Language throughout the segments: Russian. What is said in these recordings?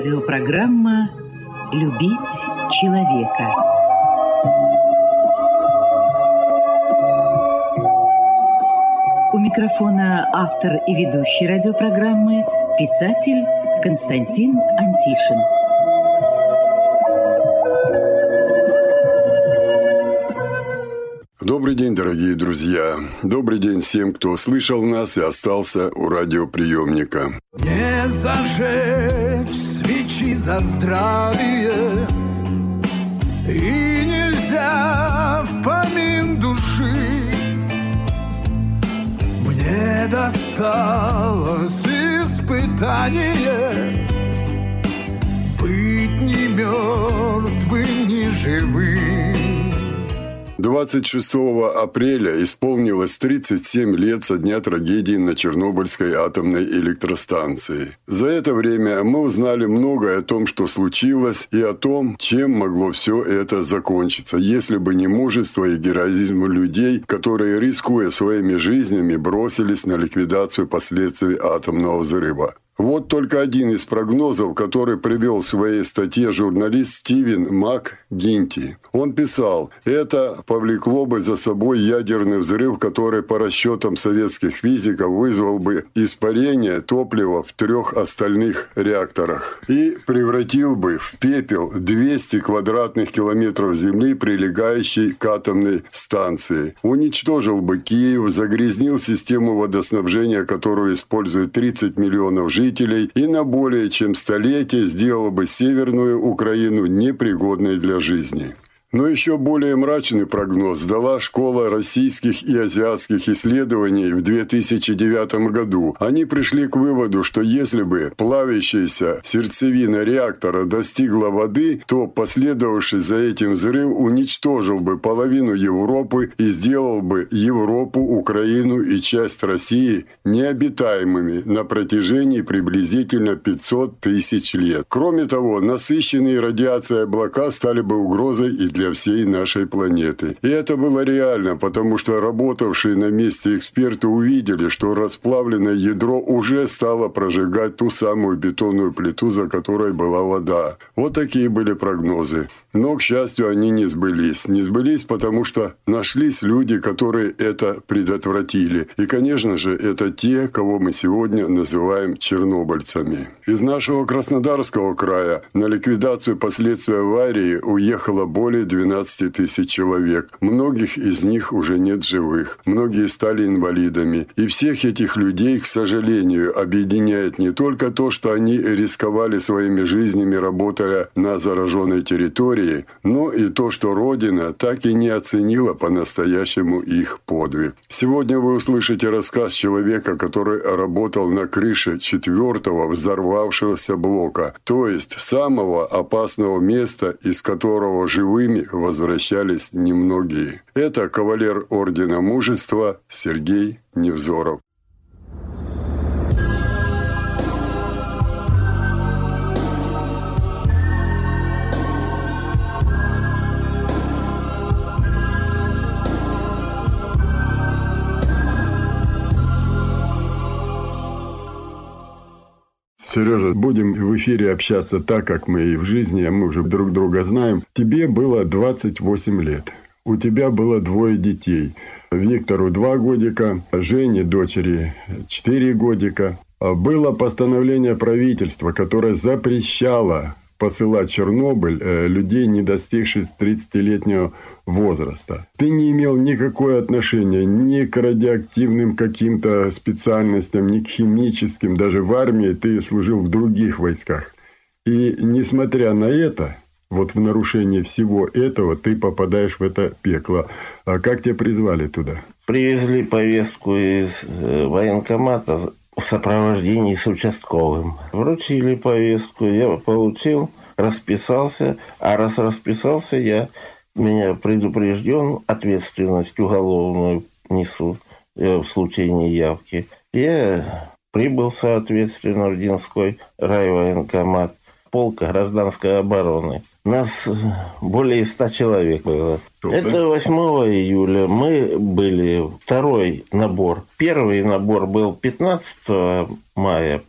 Радиопрограмма «Любить человека». У микрофона автор и ведущий радиопрограммы писатель Константин Антишин. Добрый день, дорогие друзья. Добрый день всем, кто слышал нас и остался у радиоприемника. Не зажечь свечи за здравие, и нельзя в помин души. Мне досталось испытание быть ни мертвым, ни живым. 26 апреля исполнилось 37 лет со дня трагедии на Чернобыльской атомной электростанции. За это время мы узнали многое о том, что случилось, и о том, чем могло все это закончиться, если бы не мужество и героизм людей, которые, рискуя своими жизнями, бросились на ликвидацию последствий атомного взрыва. Вот только один из прогнозов, который привел в своей статье журналист Стивен МакГинти. Он писал: «Это повлекло бы за собой ядерный взрыв, который по расчетам советских физиков вызвал бы испарение топлива в 3 остальных реакторах и превратил бы в пепел 200 квадратных километров земли, прилегающей к атомной станции. Уничтожил бы Киев, загрязнил систему водоснабжения, которую используют 30 миллионов жителей, и на более чем столетие сделал бы Северную Украину непригодной для жизни». Но еще более мрачный прогноз дала Школа российских и азиатских исследований в 2009 году. Они пришли к выводу, что если бы плавящаяся сердцевина реактора достигла воды, то последовавший за этим взрыв уничтожил бы половину Европы и сделал бы Европу, Украину и часть России необитаемыми на протяжении приблизительно 500 тысяч лет. Кроме того, насыщенные радиацией облака стали бы угрозой и для всей нашей планеты. И это было реально, потому что работавшие на месте эксперты увидели, что расплавленное ядро уже стало прожигать ту самую бетонную плиту, за которой была вода. Вот такие были прогнозы. Но, к счастью, они не сбылись. Не сбылись, потому что нашлись люди, которые это предотвратили. И, конечно же, это те, кого мы сегодня называем чернобыльцами. Из нашего Краснодарского края на ликвидацию последствий аварии уехало более 12 тысяч человек. Многих из них уже нет живых. Многие стали инвалидами. И всех этих людей, к сожалению, объединяет не только то, что они рисковали своими жизнями, работая на зараженной территории, но и то, что Родина так и не оценила по-настоящему их подвиг. Сегодня вы услышите рассказ человека, который работал на крыше 4-го взорвавшегося блока, то есть самого опасного места, из которого живыми возвращались немногие. Это кавалер Ордена Мужества Сергей Невзоров. Сережа, будем в эфире общаться так, как мы и в жизни, а мы уже друг друга знаем. Тебе было 28 лет. У тебя было 2 детей. Виктору 2 годика, Жене, дочери, 4 годика. Было постановление правительства, которое запрещало посылать в Чернобыль людей, не достигших 30-летнего возраста. Ты не имел никакого отношения ни к радиоактивным каким-то специальностям, ни к химическим. Даже в армии ты служил в других войсках. И несмотря на это, вот в нарушении всего этого, ты попадаешь в это пекло. А как тебя призвали туда? Привезли повестку из военкомата в сопровождении с участковым. Вручили повестку, я получил, расписался. А раз расписался, меня предупрежден, ответственность уголовную несу в случае неявки. Я прибыл, соответственно, в Динской райвоенкомат, полк гражданской обороны. Нас более 100 человек было. Это 8 июля. Мы были второй набор. Первый набор был 15 мая.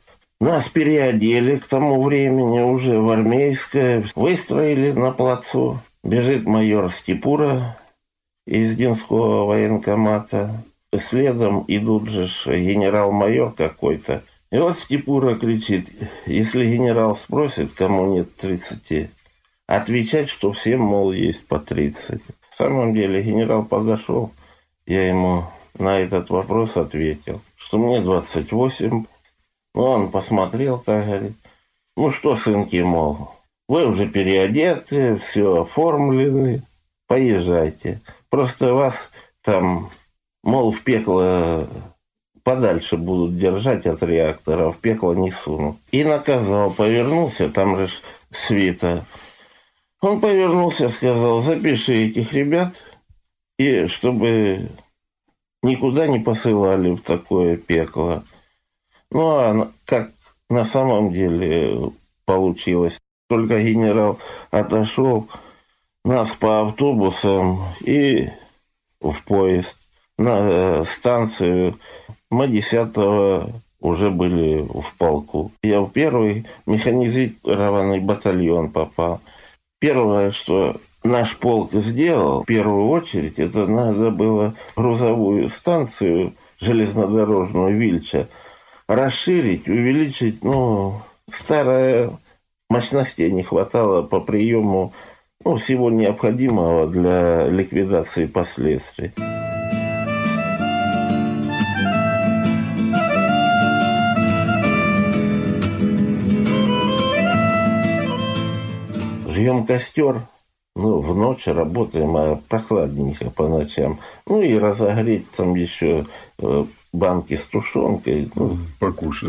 Нас переодели к тому времени уже в армейское, выстроили на плацу. Бежит майор Степура из Динского военкомата. Следом идут же генерал-майор какой-то. И вот Степура кричит: если генерал спросит, кому нет 30, отвечать, что всем, мол, есть по 30. В самом деле генерал подошел, я ему на этот вопрос ответил, что мне 28. Ну, он посмотрел, так говорит: ну что, сынки, мол, вы уже переодеты, все оформлены, поезжайте. Просто вас там, мол, в пекло подальше будут держать от реактора, в пекло не сунут. И наказал, повернулся, там же свита. Он повернулся, сказал: запиши этих ребят, и чтобы никуда не посылали в такое пекло. Ну, а как на самом деле получилось? Только генерал отошел, нас по автобусам и в поезд на станцию. Мы 10-го уже были в полку. Я в первый механизированный батальон попал. Первое, что наш полк сделал, в первую очередь, это надо было грузовую станцию железнодорожную Вильча расширить, увеличить. Старая мощностей не хватало по приему всего необходимого для ликвидации последствий. Жьем костер, в ночь работаем, а прохладненько по ночам. И разогреть там еще банки с тушенкой. Покушать.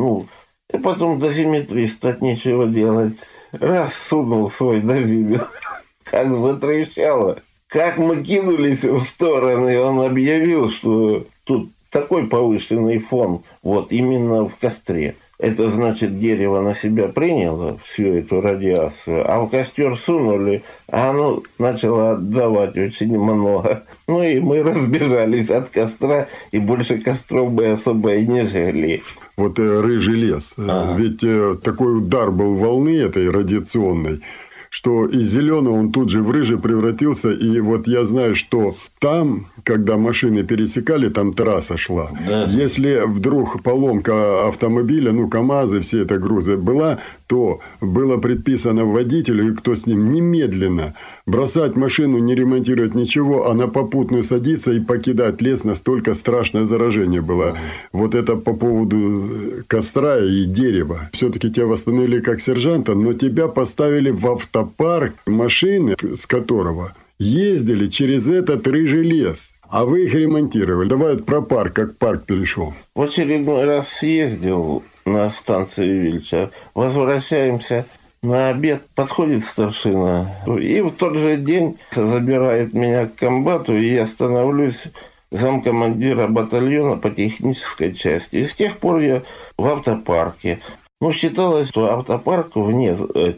И потом дозиметрист от нечего делать. Раз сунул свой дозиметр, как затрещало. Как мы кинулись в стороны, он объявил, что тут такой повышенный фон, именно в костре. Это значит, дерево на себя приняло всю эту радиацию, а в костер сунули, а оно начало отдавать очень много. И мы разбежались от костра, и больше костров мы особо и не жгли. Рыжий лес. Ага. Ведь такой удар был волны этой радиационной, что из зеленого он тут же в рыжий превратился. И я знаю, что там, когда машины пересекали, там трасса шла. Да. Если вдруг поломка автомобиля, КАМАЗы, все это грузы была, то было предписано водителю, и кто с ним, немедленно бросать машину, не ремонтировать ничего, а на попутную садиться и покидать лес. Настолько страшное заражение было. Это по поводу костра и дерева. Все-таки тебя восстановили как сержанта, но тебя поставили в автопарк, машины с которого ездили через этот рыжий лес. А вы их ремонтировали. Давай про парк, как парк перешел. В очередной раз съездил на станцию Вильча. Возвращаемся на обед. Подходит старшина. И в тот же день забирает меня к комбату. И я становлюсь замкомандира батальона по технической части. И с тех пор я в автопарке. Считалось, что автопарк вне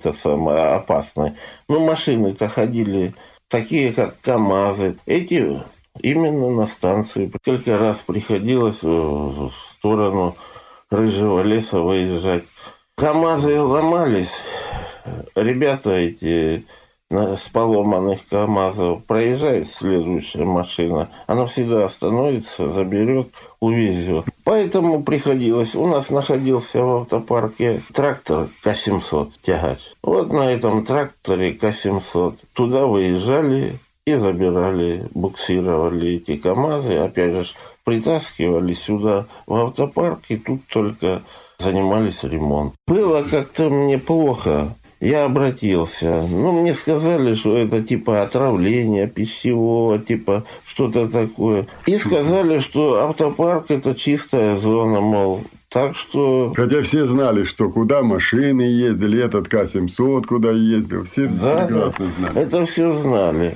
опасный. Машины-то ходили такие, как КАМАЗы. Эти именно на станции. Несколько раз приходилось в сторону рыжего леса выезжать. КАМАЗы ломались. Ребята эти с поломанных КАМАЗов проезжает следующая машина. Она всегда остановится, заберет, увезет. Поэтому приходилось. У нас находился в автопарке трактор К-700 тягач. На этом тракторе К-700 туда выезжали и забирали, буксировали эти КАМАЗы. Опять же, притаскивали сюда в автопарк, и тут только занимались ремонтом. Было как-то мне плохо. Я обратился. Мне сказали, что это типа отравление пищевого, типа что-то такое. И сказали, что автопарк – это чистая зона, мол. Так что... Хотя все знали, что куда машины ездили, этот К-700 куда ездил. Все прекрасно знали. Это все знали.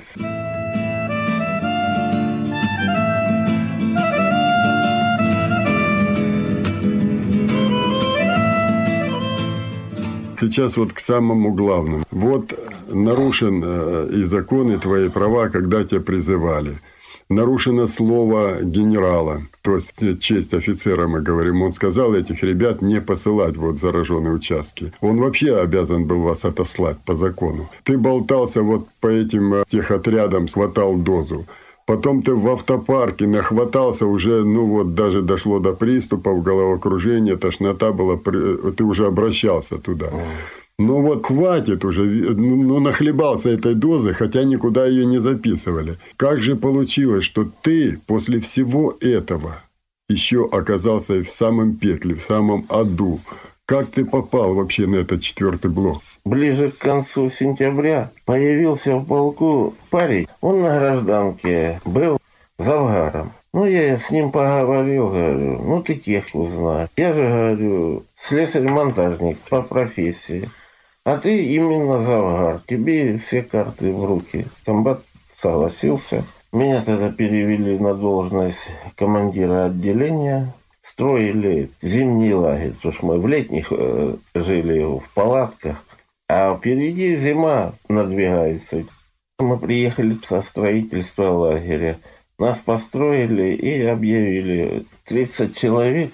Сейчас к самому главному. Нарушен и закон, и твои права, когда тебя призывали. нарушено слово генерала, то есть честь офицера, мы говорим. Он сказал этих ребят не посылать вот зараженные участки. Он вообще обязан был вас отослать по закону. Ты болтался вот по этим техотрядам, хватал дозу. Потом ты в автопарке нахватался уже, ну вот даже дошло до приступов, головокружения, тошнота была, ты уже обращался туда. Ну вот хватит уже, ну нахлебался этой дозы, хотя никуда ее не записывали. Как же получилось, что ты после всего этого еще оказался в самом пекле, в самом аду? Как ты попал вообще на этот 4-й блок? Ближе к концу сентября появился в полку парень. Он на гражданке был завгаром. Ну, я с ним поговорил, говорю, ну, ты технику знаешь. Я же, говорю, слесарь-монтажник по профессии. А ты именно завгар. Тебе все карты в руки. Комбат согласился. Меня тогда перевели на должность командира отделения. Строили зимний лагерь. Потому что мы в летних жили в палатках. А впереди зима надвигается. Мы приехали со строительства лагеря. Нас построили и объявили 30 человек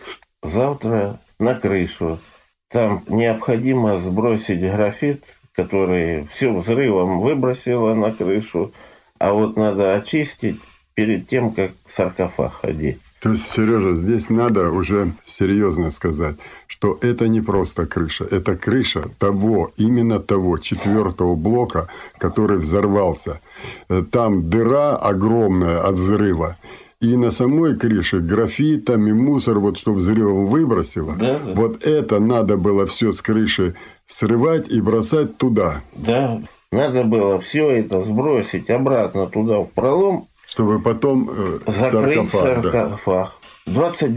завтра на крышу. Там необходимо сбросить графит, который все взрывом выбросило на крышу. А вот надо очистить перед тем, как саркофаг одеть. То есть, Сережа, здесь надо уже серьезно сказать, что это не просто крыша. Это крыша именно того 4-го блока, который взорвался. Там дыра огромная от взрыва. И на самой крыше графитом и мусор, вот что взрывом выбросило. Да. Вот это надо было все с крыши срывать и бросать туда. Да, надо было все это сбросить обратно туда в пролом. Чтобы потом закрыть саркофаг. Да.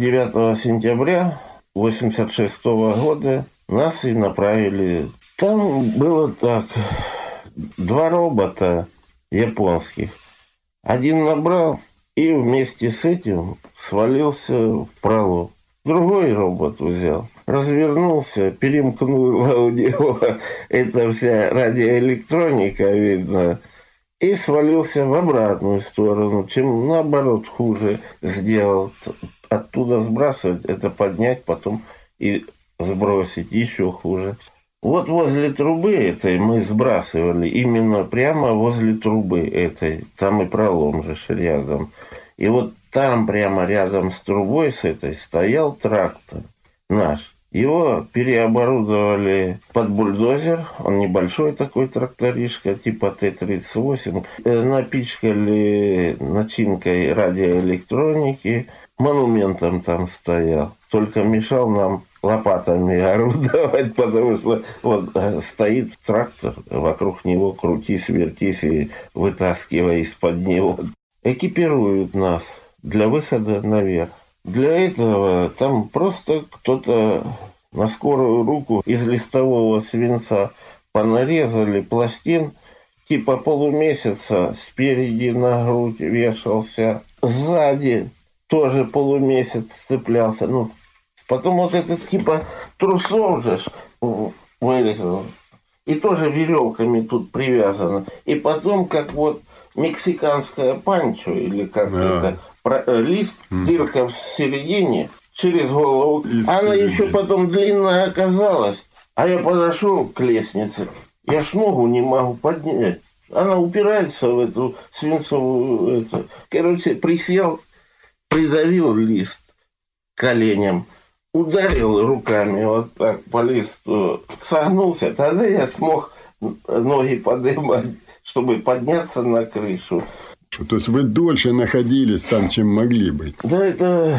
29 сентября 1986 года нас и направили. Там было так. 2 робота японских. Один набрал и вместе с этим свалился в пролом. Другой робот взял. Развернулся, перемкнула у него эта вся радиоэлектроника, видно, и свалился в обратную сторону, чем наоборот хуже сделал. Оттуда сбрасывать, это поднять, потом и сбросить еще хуже. Вот возле трубы этой мы сбрасывали, именно прямо возле трубы этой, там и пролом же рядом. И вот там прямо рядом с трубой с этой стоял трактор наш. Его переоборудовали под бульдозер, он небольшой такой тракторишка, типа Т-38. Напичкали начинкой радиоэлектроники, монументом там стоял. Только мешал нам лопатами орудовать, потому что вот стоит трактор, вокруг него крутись, вертись и вытаскивай из-под него. Экипируют нас для выхода наверх. Для этого там просто кто-то на скорую руку из листового свинца понарезали пластин, типа полумесяца спереди на грудь вешался, сзади тоже полумесяц цеплялся. Ну, потом вот этот типа трусов же вырезал. И тоже веревками тут привязано. И потом, как вот мексиканская панчо, или как это... лист, дырка в середине, через голову. Она еще потом длинная оказалась. А я подошел к лестнице. Я ж ногу не могу поднять. Она упирается в эту свинцовую... Короче, присел, придавил лист коленям, ударил руками вот так по листу, согнулся. Тогда я смог ноги поднимать, чтобы подняться на крышу. То есть вы дольше находились там, чем могли быть? Да, это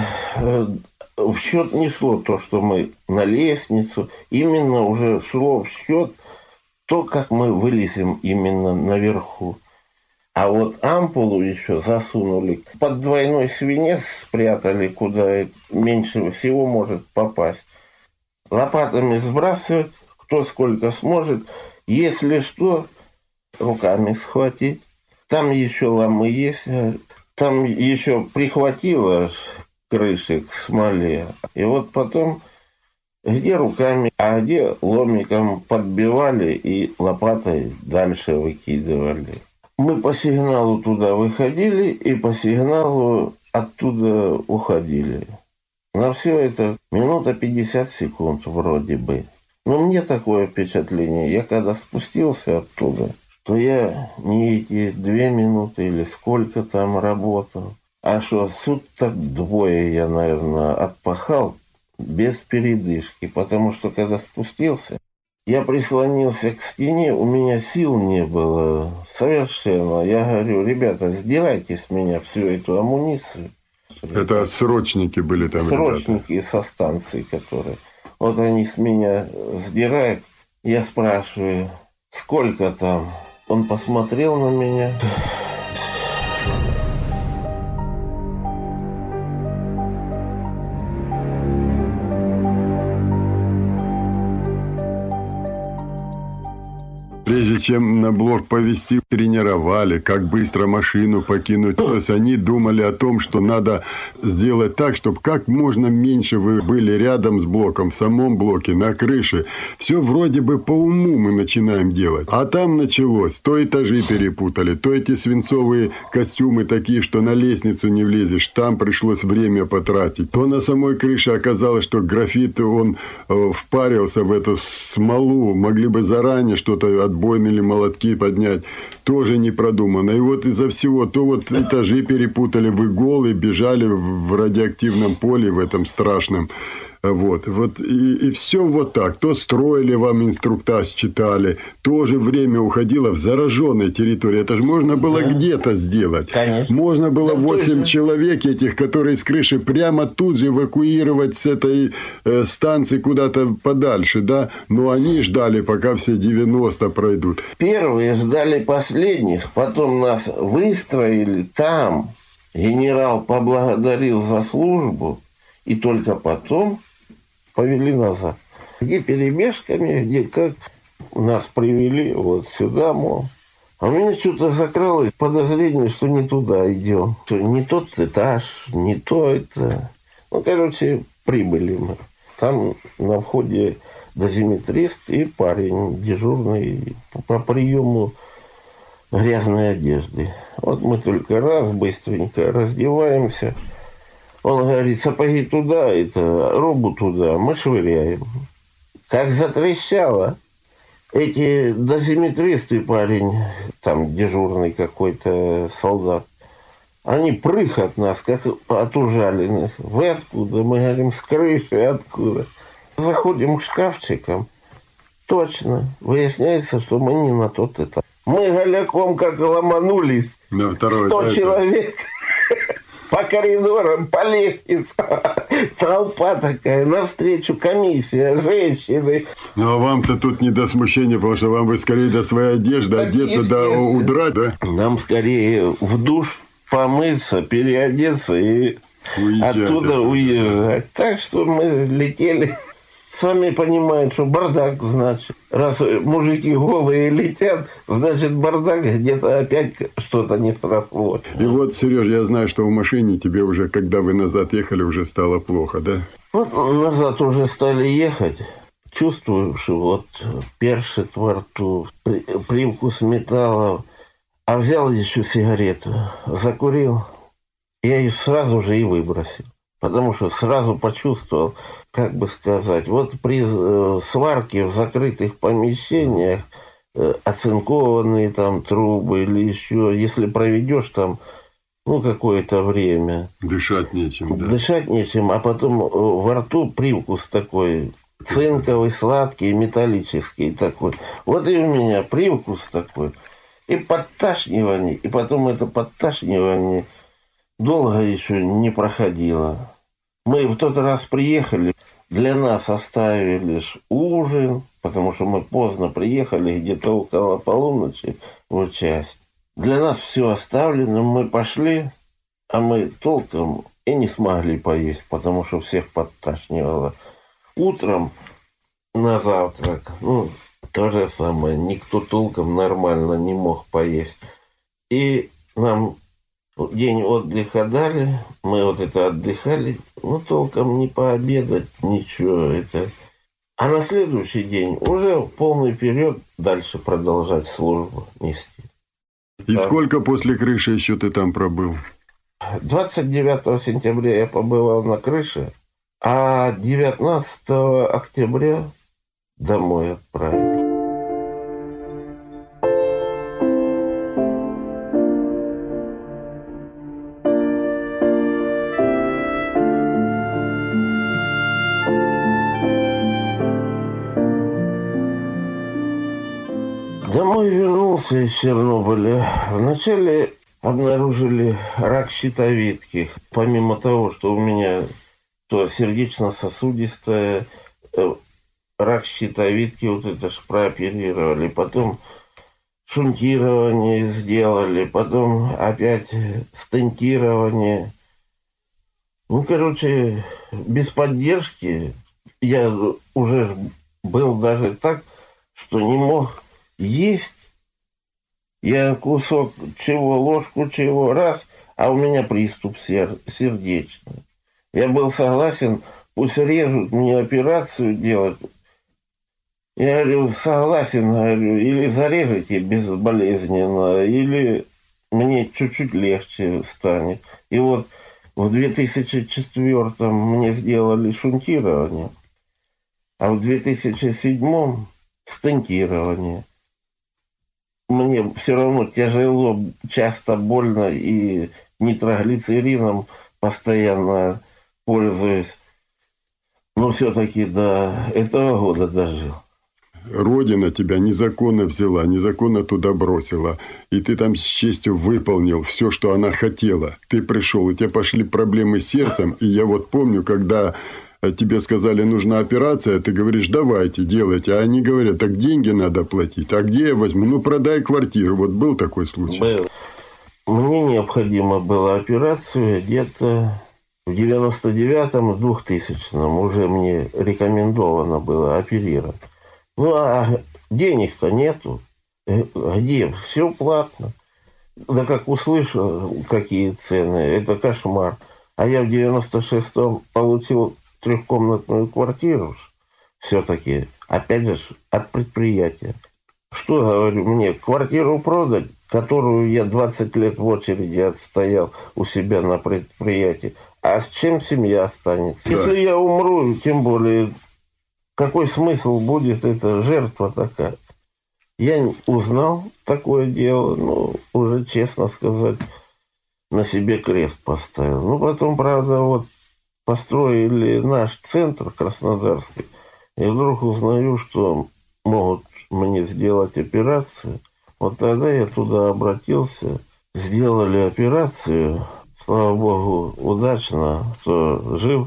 в счет не шло то, что мы на лестницу. Именно уже шло в счет то, как мы вылезем именно наверху. А вот ампулу еще засунули. Под двойной свинец спрятали, куда меньше всего может попасть. Лопатами сбрасывать, кто сколько сможет. Если что, руками схватить. Там еще ломы есть, там еще прихватило крыши к смоле. И вот потом где руками, а где ломиком подбивали и лопатой дальше выкидывали. Мы по сигналу туда выходили и по сигналу оттуда уходили. На все это минута 50 секунд вроде бы. Но мне такое впечатление, я когда спустился оттуда, то я не эти 2 минуты или сколько там работал, а что суток двое я, наверное, отпахал без передышки, потому что когда спустился, я прислонился к стене, у меня сил не было совершенно. Я говорю: ребята, сдирайте с меня всю эту амуницию. Это срочники были там, срочники ребята? Со станции, которые. Вот они с меня сдирают. Я спрашиваю: сколько там? Он посмотрел на меня. Прежде чем на блок повезти, тренировали, как быстро машину покинуть. То есть они думали о том, что надо сделать так, чтобы как можно меньше вы были рядом с блоком, в самом блоке, на крыше. Все вроде бы по уму мы начинаем делать. А там началось. То этажи перепутали, то эти свинцовые костюмы такие, что на лестницу не влезешь. Там пришлось время потратить. То на самой крыше оказалось, что графит, он впарился в эту смолу. Могли бы заранее что-то отбойные или молотки поднять, тоже не продумано. И вот из-за всего, то вот этажи перепутали, вы голые, бежали в радиоактивном поле, в этом страшном. Вот и все вот так. То строили вам инструктаж, читали, тоже время уходило в зараженной территории. Это же можно было где-то сделать. Конечно. Можно было 8 человек этих, которые с крыши прямо тут же эвакуировать с этой станции куда-то подальше, да? Но они ждали, пока все 90 пройдут. Первые ждали последних, потом нас выстроили там. Генерал поблагодарил за службу, и только потом повели назад. Где перебежками, где как нас привели вот сюда, мол. А у меня что-то закралось подозрение, что не туда идем. Что не тот этаж, не то это. Ну, короче, прибыли мы. Там на входе дозиметрист и парень дежурный по приему грязной одежды. Вот мы только раз быстренько раздеваемся. Он говорит: сапоги туда, это, робу туда, мы швыряем. Как затрещало. Эти дозиметристы, парень, там дежурный какой-то солдат, они прыг от нас, как от ужаленных. Вы откуда? Мы говорим: с крыши, откуда? Заходим к шкафчикам. Точно. Выясняется, что мы не на тот этап. Мы голяком как ломанулись. На второй 100 человек. По коридорам, по лестнице. Толпа такая, навстречу комиссия, женщины. Ну, а вам-то тут не до смущения, потому что вам бы скорее до своей одежды одеться, да удрать, да? Нам скорее в душ помыться, переодеться и уезжать оттуда уезжать. Так что мы летели. Сами понимают, что бардак, значит. Раз мужики голые летят, значит, бардак, где-то опять что-то не срослось. И вот, Сереж, я знаю, что в машине тебе уже, когда вы назад ехали, уже стало плохо, да? Вот назад уже стали ехать. Чувствую, что вот першит во рту, привкус металла. А взял еще сигарету, закурил. Я ее сразу же и выбросил. Потому что сразу почувствовал, как бы сказать, вот при сварке в закрытых помещениях оцинкованные там трубы или еще, если проведешь там, ну, какое-то время. Дышать нечем, да. Дышать нечем, а потом во рту привкус такой цинковый, сладкий, металлический такой. Вот и у меня привкус такой. И подташнивание, и потом это подташнивание долго еще не проходило. Мы в тот раз приехали, для нас оставили ужин, потому что мы поздно приехали, где-то около полуночи в часть. Для нас все оставлено, мы пошли, а мы толком и не смогли поесть, потому что всех подташнивало. Утром на завтрак, ну, то же самое, никто толком нормально не мог поесть. И нам день отдыха дали, мы вот это отдыхали, ну, толком не пообедать, ничего это. А на следующий день уже в полный вперед дальше продолжать службу нести. И сколько после крыши еще ты там пробыл? 29 сентября я побывал на крыше, а 19 октября домой отправили. Домой вернулся из Чернобыля. Вначале обнаружили рак щитовидки. Помимо того, что у меня то сердечно-сосудистая, рак щитовидки, вот это ж прооперировали. Потом шунтирование сделали, потом опять стентирование. Ну, короче, без поддержки я уже был даже так, что не мог есть. Я кусок чего, ложку чего, раз, а у меня приступ сердечный. Я был согласен, пусть режут мне операцию делать. Я говорю, согласен, говорю, или зарежете безболезненно, или мне чуть-чуть легче станет. И вот в 2004-м мне сделали шунтирование, а в 2007-м стентирование. Мне все равно тяжело, часто больно, и нитроглицерином постоянно пользуюсь. Но все-таки до этого года дожил. Родина тебя незаконно взяла, незаконно туда бросила. И ты там с честью выполнил все, что она хотела. Ты пришел, у тебя пошли проблемы с сердцем. И я вот помню, когда тебе сказали, нужна операция, ты говоришь, давайте, делайте. А они говорят, так деньги надо платить. А где я возьму? Ну, продай квартиру. Вот был такой случай? Был. Мне необходимо было операцию где-то в 99-м, 2000-м. Уже мне рекомендовано было оперировать. Ну, а денег-то нету. Где? Все платно. Да как услышал, какие цены, это кошмар. А я в 96-м получил трехкомнатную квартиру, все-таки, опять же, от предприятия. Что, говорю, мне квартиру продать, которую я 20 лет в очереди отстоял у себя на предприятии, а с чем семья останется? Да. Если я умру, тем более, какой смысл будет эта жертва такая? Я узнал такое дело, ну, уже, честно сказать, на себе крест поставил. Ну, потом, правда, вот построили наш центр краснодарский, и вдруг узнаю, что могут мне сделать операцию. Вот тогда я туда обратился, сделали операцию, слава богу, удачно, что жив.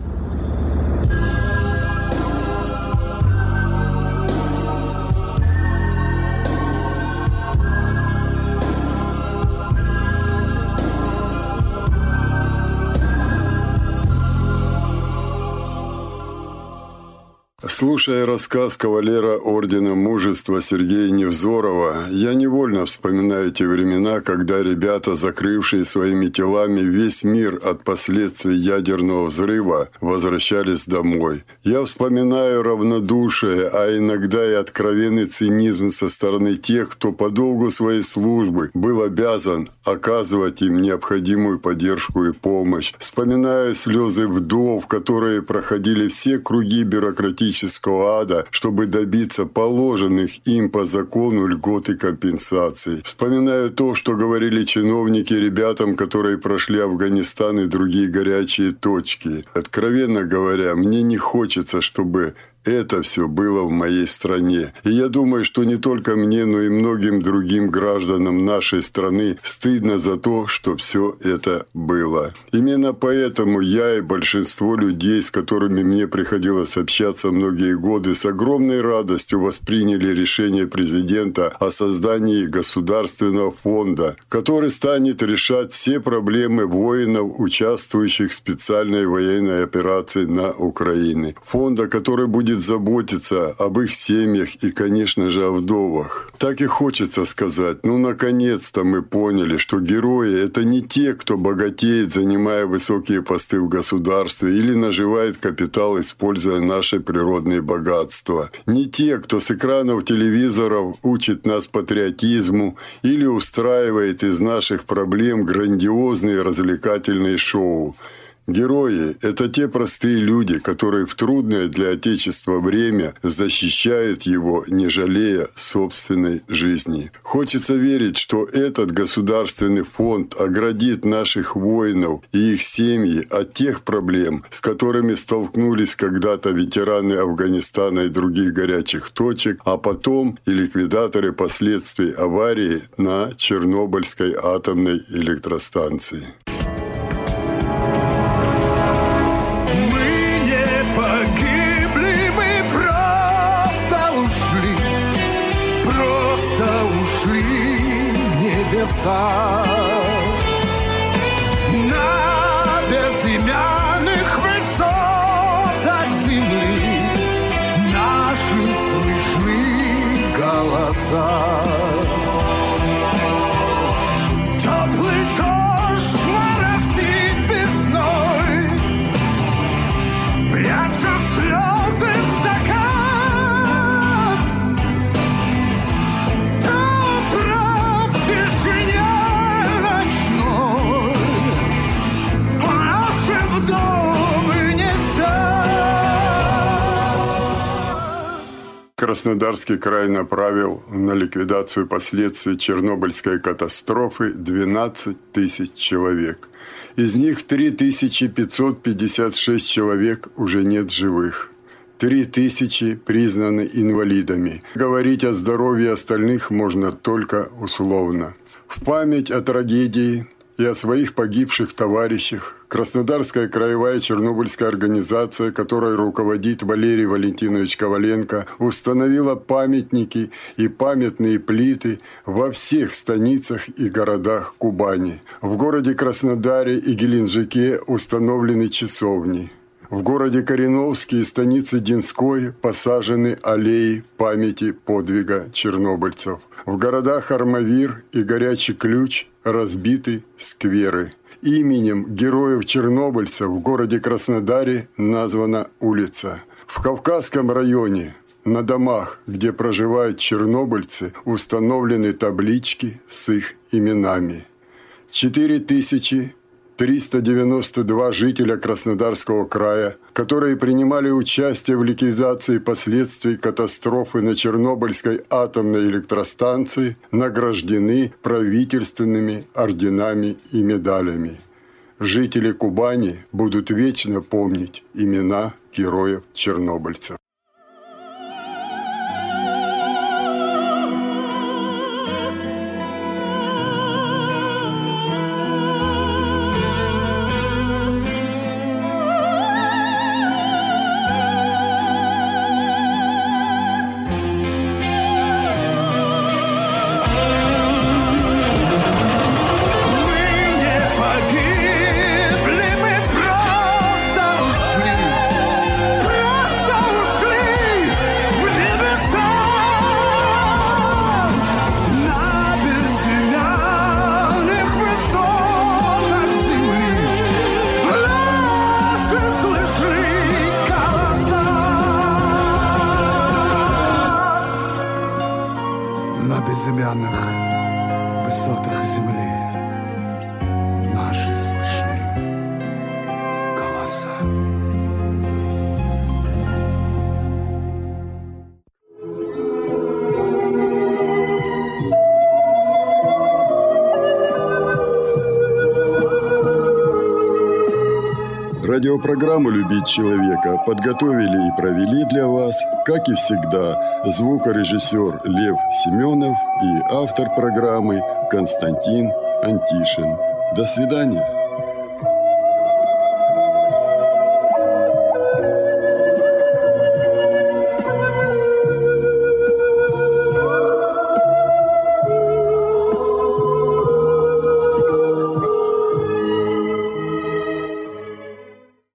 Слушая рассказ кавалера Ордена Мужества Сергея Невзорова, я невольно вспоминаю те времена, когда ребята, закрывшие своими телами весь мир от последствий ядерного взрыва, возвращались домой. Я вспоминаю равнодушие, а иногда и откровенный цинизм со стороны тех, кто по долгу своей службы был обязан оказывать им необходимую поддержку и помощь. Вспоминаю слезы вдов, которые проходили все круги бюрократического ада, чтобы добиться положенных им по закону льгот и компенсаций. Вспоминаю то, что говорили чиновники ребятам, которые прошли Афганистан и другие горячие точки. Откровенно говоря, мне не хочется, чтобы это все было в моей стране. И я думаю, что не только мне, но и многим другим гражданам нашей страны стыдно за то, что все это было. Именно поэтому я и большинство людей, с которыми мне приходилось общаться многие годы, с огромной радостью восприняли решение президента о создании государственного фонда, который станет решать все проблемы воинов, участвующих в специальной военной операции на Украине. Фонда, который будет будет заботиться об их семьях и, конечно же, о вдовах. Так и хочется сказать, наконец-то мы поняли, что герои – это не те, кто богатеет, занимая высокие посты в государстве или наживает капитал, используя наши природные богатства. Не те, кто с экранов телевизоров учит нас патриотизму или устраивает из наших проблем грандиозные развлекательные шоу. Герои – это те простые люди, которые в трудное для Отечества время защищают его, не жалея собственной жизни. Хочется верить, что этот государственный фонд оградит наших воинов и их семьи от тех проблем, с которыми столкнулись когда-то ветераны Афганистана и других горячих точек, а потом и ликвидаторы последствий аварии на Чернобыльской атомной электростанции. На безымянных высотах земли наши слышны голоса. Теплый дождь моросит весной, пряча слезы в закат. Краснодарский край направил на ликвидацию последствий Чернобыльской катастрофы 12 тысяч человек. Из них 3556 человек уже нет живых. 3000 признаны инвалидами. Говорить о здоровье остальных можно только условно. В память о трагедии и о своих погибших товарищах Краснодарская краевая Чернобыльская организация, которой руководит Валерий Валентинович Коваленко, установила памятники и памятные плиты во всех станицах и городах Кубани. В городе Краснодаре и Геленджике установлены часовни. В городе Кореновске и станице Динской посажены аллеи памяти подвига чернобыльцев. В городах Армавир и Горячий Ключ разбиты скверы. Именем героев-чернобыльцев в городе Краснодаре названа улица. В Кавказском районе на домах, где проживают чернобыльцы, установлены таблички с их именами. 4392 жителя Краснодарского края, которые принимали участие в ликвидации последствий катастрофы на Чернобыльской атомной электростанции, награждены правительственными орденами и медалями. Жители Кубани будут вечно помнить имена героев-чернобыльцев. На безымянных высотах земли наши слышны голоса. Радиопрограмму «Любить человека» подготовили и провели для вас, как и всегда, звукорежиссер Лев Семенов и автор программы Константин Антишин. До свидания.